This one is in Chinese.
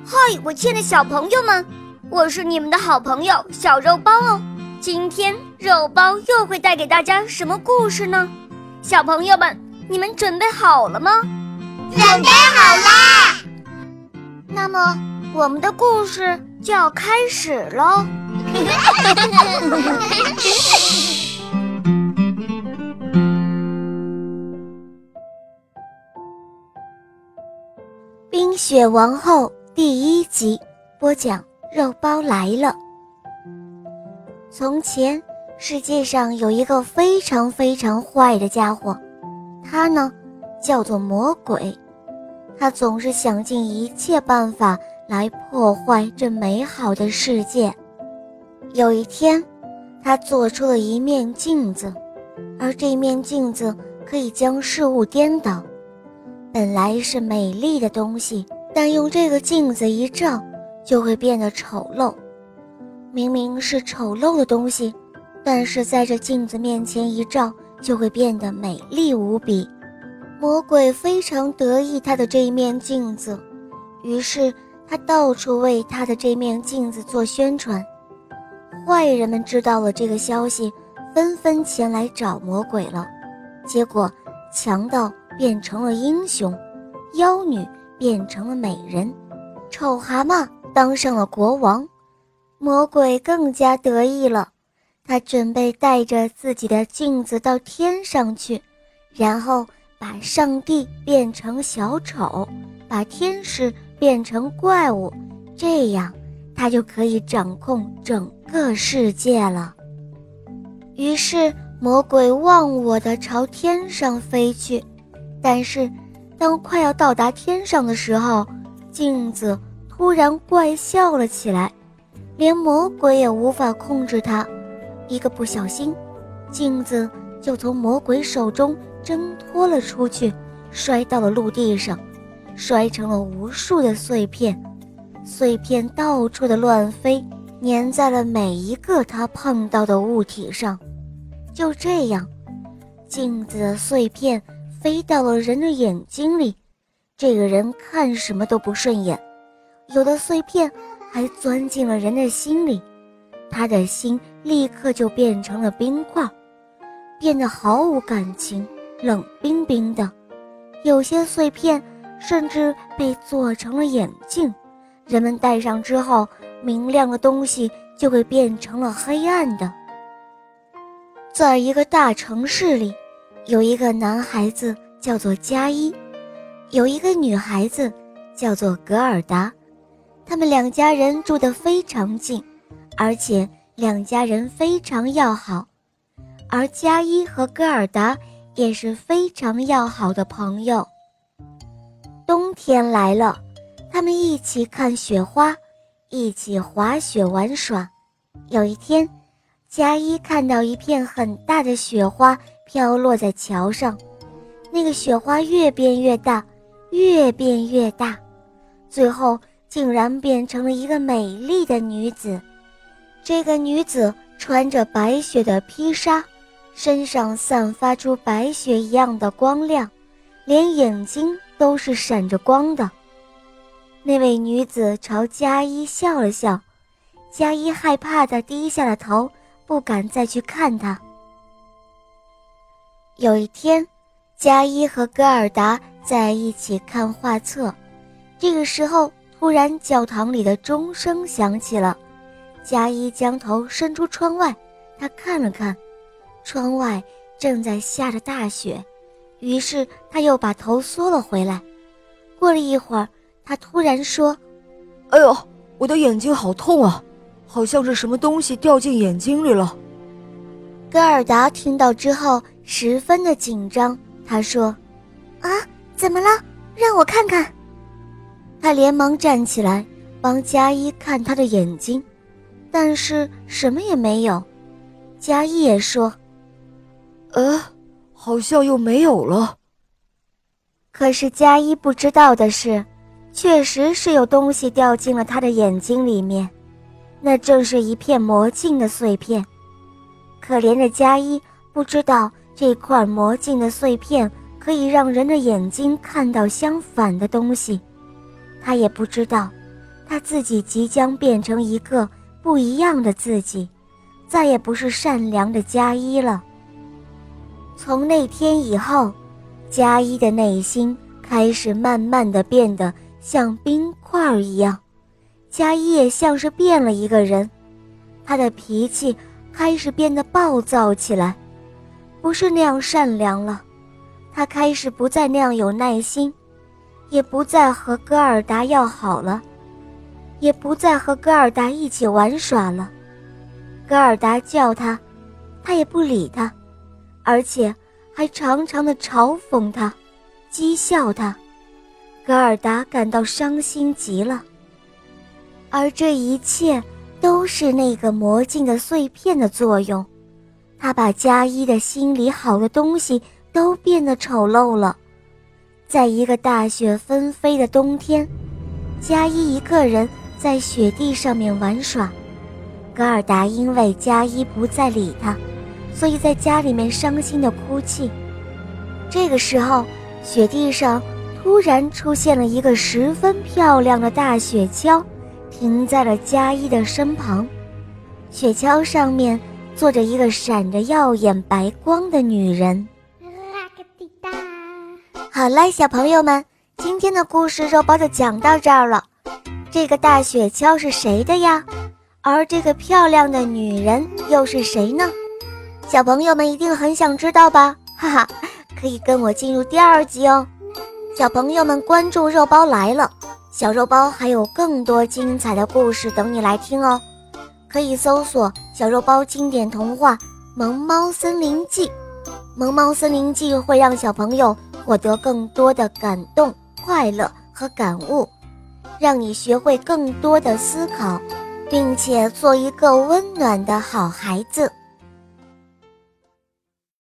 嗨，我亲爱的小朋友们，我是你们的好朋友小肉包哦。今天肉包又会带给大家什么故事呢？小朋友们，你们准备好了吗？ 准备好啦！ 那么我们的故事就要开始咯。冰雪王后第1集播讲，肉包来了。从前，世界上有一个非常非常坏的家伙，他呢叫做魔鬼。他总是想尽一切办法来破坏这美好的世界。有一天，他做出了一面镜子，而这面镜子可以将事物颠倒。本来是美丽的东西，但用这个镜子一照，就会变得丑陋。明明是丑陋的东西，但是在这镜子面前一照，就会变得美丽无比。魔鬼非常得意他的这一面镜子，于是他到处为他的这面镜子做宣传。坏人们知道了这个消息，纷纷前来找魔鬼了。结果强盗变成了英雄，妖女变成了美人，丑蛤蟆当上了国王。魔鬼更加得意了，他准备带着自己的镜子到天上去，然后把上帝变成小丑，把天使变成怪物，这样他就可以掌控整个世界了。于是魔鬼忘我地朝天上飞去，但是当快要到达天上的时候，镜子突然怪笑了起来，连魔鬼也无法控制它。一个不小心，镜子就从魔鬼手中挣脱了出去，摔到了陆地上，摔成了无数的碎片，碎片到处的乱飞，粘在了每一个他碰到的物体上。就这样，镜子的碎片飞到了人的眼睛里，这个人看什么都不顺眼。有的碎片还钻进了人的心里，他的心立刻就变成了冰块，变得毫无感情，冷冰冰的。有些碎片甚至被做成了眼镜，人们戴上之后，明亮的东西就会变成了黑暗的。在一个大城市里，有一个男孩子叫做加一，有一个女孩子叫做格尔达。他们两家人住得非常近，而且两家人非常要好，而加一和格尔达也是非常要好的朋友。冬天来了，他们一起看雪花，一起滑雪玩耍。有一天，加一看到一片很大的雪花飘落在桥上，那个雪花越变越大，越变越大，最后竟然变成了一个美丽的女子。这个女子穿着白雪的披纱，身上散发出白雪一样的光亮，连眼睛都是闪着光的。那位女子朝加一笑了笑，加一害怕地低下了头，不敢再去看她。有一天，加一和格尔达在一起看画册，这个时候突然教堂里的钟声响起了。加一将头伸出窗外，他看了看，窗外正在下着大雪，于是他又把头缩了回来。过了一会儿，他突然说： 哎呦，我的眼睛好痛啊，好像是什么东西掉进眼睛里了。 格尔达听到之后十分的紧张，他说：啊，怎么了？让我看看。他连忙站起来帮加一看他的眼睛，但是什么也没有。加一也说： 好像又没有了。 可是加一不知道的是，确实是有东西掉进了他的眼睛里面，那正是一片魔镜的碎片。可怜的加一不知道这块魔镜的碎片可以让人的眼睛看到相反的东西，他也不知道他自己即将变成一个不一样的自己，再也不是善良的佳一了。从那天以后，佳一的内心开始慢慢地变得像冰块一样，佳一也像是变了一个人，他的脾气开始变得暴躁起来，不是那样善良了，他开始不再那样有耐心，也不再和戈尔达要好了，也不再和戈尔达一起玩耍了。戈尔达叫他，他也不理他，而且还常常地嘲讽他，讥笑他。戈尔达感到伤心极了，而这一切都是那个魔镜的碎片的作用，他把佳一的心里好的东西都变得丑陋了。在一个大雪纷飞的冬天，佳一一个人在雪地上面玩耍，戈尔达因为佳一不再理他，所以在家里面伤心地哭泣。这个时候，雪地上突然出现了一个十分漂亮的大雪橇，停在了佳一的身旁。雪橇上面坐着一个闪着耀眼白光的女人。好了，小朋友们，今天的故事肉包就讲到这儿了。这个大雪橇是谁的呀？而这个漂亮的女人又是谁呢？小朋友们一定很想知道吧？哈哈，可以跟我进入第2集哦。小朋友们关注肉包来了，小肉包还有更多精彩的故事等你来听哦。可以搜索小肉包经典童话《萌猫森林记》，萌猫森林记会让小朋友获得更多的感动、快乐和感悟，让你学会更多的思考，并且做一个温暖的好孩子。